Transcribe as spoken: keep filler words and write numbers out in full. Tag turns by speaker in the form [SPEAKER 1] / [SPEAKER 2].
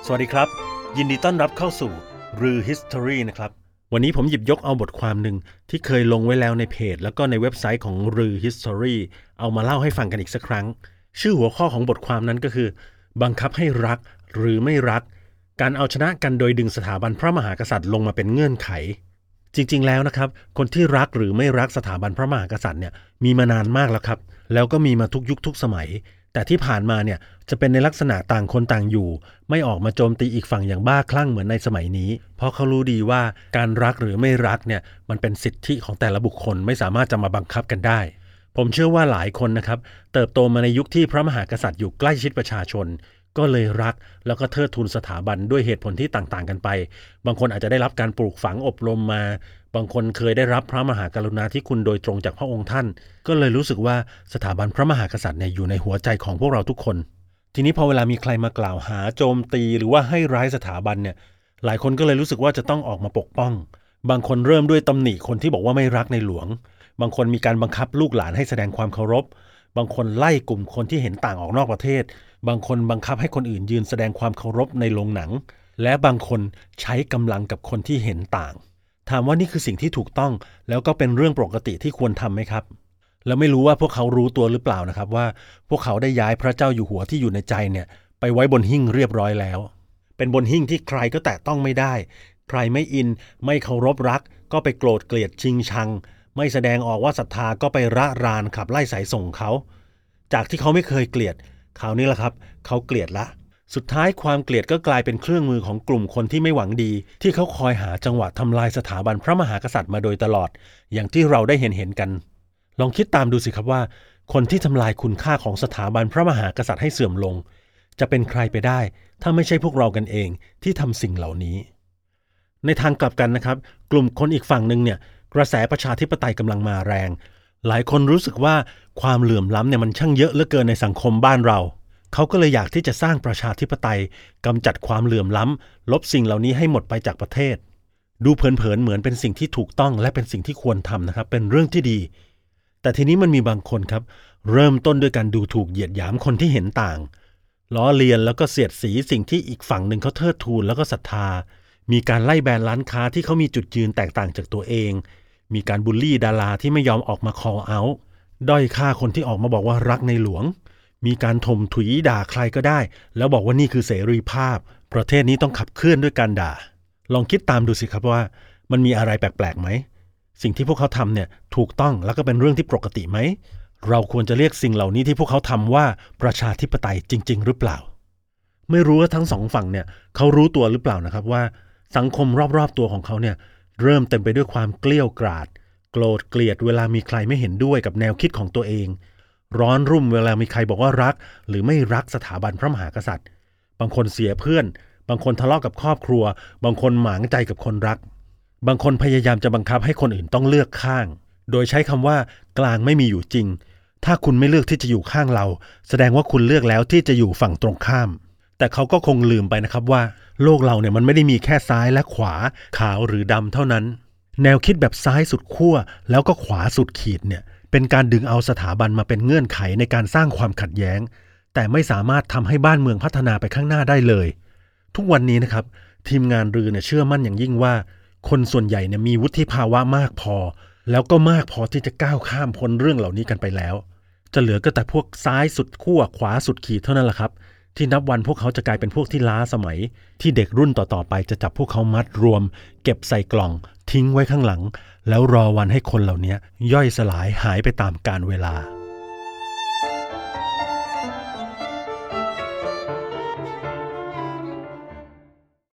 [SPEAKER 1] สวัสดีครับยินดีต้อนรับเข้าสู่รือ History นะครับวันนี้ผมหยิบยกเอาบทความหนึ่งที่เคยลงไว้แล้วในเพจแล้วก็ในเว็บไซต์ของรือ History เอามาเล่าให้ฟังกันอีกสักครั้งชื่อหัวข้อของบทความนั้นก็คือบังคับให้รักหรือไม่รักการเอาชนะกันโดยดึงสถาบันพระมหากษัตริย์ลงมาเป็นเงื่อนไขจริงๆแล้วนะครับคนที่รักหรือไม่รักสถาบันพระมหากษัตริย์เนี่ยมีมานานมากแล้วครับแล้วก็มีมาทุกยุคทุกสมัยแต่ที่ผ่านมาเนี่ยจะเป็นในลักษณะต่างคนต่างอยู่ไม่ออกมาโจมตีอีกฝั่งอย่างบ้าคลั่งเหมือนในสมัยนี้เพราะเขารู้ดีว่าการรักหรือไม่รักเนี่ยมันเป็นสิทธิของแต่ละบุคคลไม่สามารถจะมาบังคับกันได้ผมเชื่อว่าหลายคนนะครับเติบโตมาในยุคที่พระมหากษัตริย์อยู่ใกล้ชิดประชาชนก็เลยรักแล้วก็เทิดทูนสถาบันด้วยเหตุผลที่ต่างๆกันไปบางคนอาจจะได้รับการปลูกฝังอบรมมาบางคนเคยได้รับพระมหากรุณาธิคุณโดยตรงจากพระองค์ท่านก็เลยรู้สึกว่าสถาบันพระมหากษัตริย์เนี่ยอยู่ในหัวใจของพวกเราทุกคนทีนี้พอเวลามีใครมากล่าวหาโจมตีหรือว่าให้ร้ายสถาบันเนี่ยหลายคนก็เลยรู้สึกว่าจะต้องออกมาปกป้องบางคนเริ่มด้วยตำหนิคนที่บอกว่าไม่รักในหลวงบางคนมีการบังคับลูกหลานให้แสดงความเคารพบางคนไล่กลุ่มคนที่เห็นต่างออกนอกประเทศบางคนบังคับให้คนอื่นยืนแสดงความเคารพในโรงหนังและบางคนใช้กำลังกับคนที่เห็นต่างถามว่านี่คือสิ่งที่ถูกต้องแล้วก็เป็นเรื่องปกติที่ควรทำไหมครับแล้วไม่รู้ว่าพวกเขารู้ตัวหรือเปล่านะครับว่าพวกเขาได้ย้ายพระเจ้าอยู่หัวที่อยู่ในใจเนี่ยไปไว้บนหิ้งเรียบร้อยแล้วเป็นบนหิ้งที่ใครก็แตะต้องไม่ได้ใครไม่อินไม่เคารพรักก็ไปโกรธเกลียดชิงชังไม่แสดงออกว่าศรัทธาก็ไประรานขับไล่สายส่งเขาจากที่เขาไม่เคยเกลียดคราวนี้แหละครับเขาเกลียดละสุดท้ายความเกลียดก็กลายเป็นเครื่องมือของกลุ่มคนที่ไม่หวังดีที่เขาคอยหาจังหวะทำลายสถาบันพระมหากษัตริย์มาโดยตลอดอย่างที่เราได้เห็นเห็นกันลองคิดตามดูสิครับว่าคนที่ทำลายคุณค่าของสถาบันพระมหากษัตริย์ให้เสื่อมลงจะเป็นใครไปได้ถ้าไม่ใช่พวกเรากันเองที่ทำสิ่งเหล่านี้ในทางกลับกันนะครับกลุ่มคนอีกฝั่งนึงเนี่ยกระแสประชาธิปไตยกำลังมาแรงหลายคนรู้สึกว่าความเหลื่อมล้ำเนี่ยมันช่างเยอะเหลือเกินในสังคมบ้านเราเขาก็เลยอยากที่จะสร้างประชาธิปไตยกำจัดความเหลื่อมล้ำลบสิ่งเหล่านี้ให้หมดไปจากประเทศดูเผินๆเหมือนเป็นสิ่งที่ถูกต้องและเป็นสิ่งที่ควรทำนะครับเป็นเรื่องที่ดีแต่ทีนี้มันมีบางคนครับเริ่มต้นด้วยการดูถูกเหยียดหยามคนที่เห็นต่างล้อเลียนแล้วก็เสียดสีสิ่งที่อีกฝั่งหนึ่งเขาเทิดทูนแล้วก็ศรัทธามีการไล่แบนร้านค้าที่เขามีจุดยืนแตกต่างจากตัวเองมีการบูลลี่ดาราที่ไม่ยอมออกมา call out ด้อยค่าคนที่ออกมาบอกว่ารักในหลวงมีการถมถุยด่าใครก็ได้แล้วบอกว่านี่คือเสรีภาพประเทศนี้ต้องขับเคลื่อนด้วยการด่าลองคิดตามดูสิครับว่ามันมีอะไรแปลกๆไหมสิ่งที่พวกเขาทำเนี่ยถูกต้องแล้วก็เป็นเรื่องที่ปกติไหมเราควรจะเรียกสิ่งเหล่านี้ที่พวกเขาทำว่าประชาธิปไตยจริงๆหรือเปล่าไม่รู้ว่าทั้งสองฝั่งเนี่ยเขารู้ตัวหรือเปล่านะครับว่าสังคมรอบๆตัวของเขาเนี่ยเริ่มเต็มไปด้วยความเกลี้ยวกราดโกรธเกลียดเวลามีใครไม่เห็นด้วยกับแนวคิดของตัวเองร้อนรุ่มเวลามีใครบอกว่ารักหรือไม่รักสถาบันพระมหากษัตริย์บางคนเสียเพื่อนบางคนทะเลาะกับครอบครัวบางคนหมางใจกับคนรักบางคนพยายามจะบังคับให้คนอื่นต้องเลือกข้างโดยใช้คำว่ากลางไม่มีอยู่จริงถ้าคุณไม่เลือกที่จะอยู่ข้างเราแสดงว่าคุณเลือกแล้วที่จะอยู่ฝั่งตรงข้ามแต่เขาก็คงลืมไปนะครับว่าโลกเราเนี่ยมันไม่ได้มีแค่ซ้ายและขวาขาวหรือดำเท่านั้นแนวคิดแบบซ้ายสุดขั้วแล้วก็ขวาสุดขีดเนี่ยเป็นการดึงเอาสถาบันมาเป็นเงื่อนไขในการสร้างความขัดแย้งแต่ไม่สามารถทำให้บ้านเมืองพัฒนาไปข้างหน้าได้เลยทุกวันนี้นะครับทีมงานรือเนี่ยเชื่อมั่นอย่างยิ่งว่าคนส่วนใหญ่เนี่ยมีวุฒิภาวะมากพอแล้วก็มากพอที่จะก้าวข้ามพ้นเรื่องเหล่านี้กันไปแล้วจะเหลือก็แต่พวกซ้ายสุดขั้วขวาสุดขีดเท่านั้นแหละครับที่นับวันพวกเขาจะกลายเป็นพวกที่ล้าสมัยที่เด็กรุ่นต่อๆไปจะจับพวกเขามัดรวมเก็บใส่กล่องทิ้งไว้ข้างหลังแล้วรอวันให้คนเหล่านี้ย่อยสลายหายไปตามกาลเวลา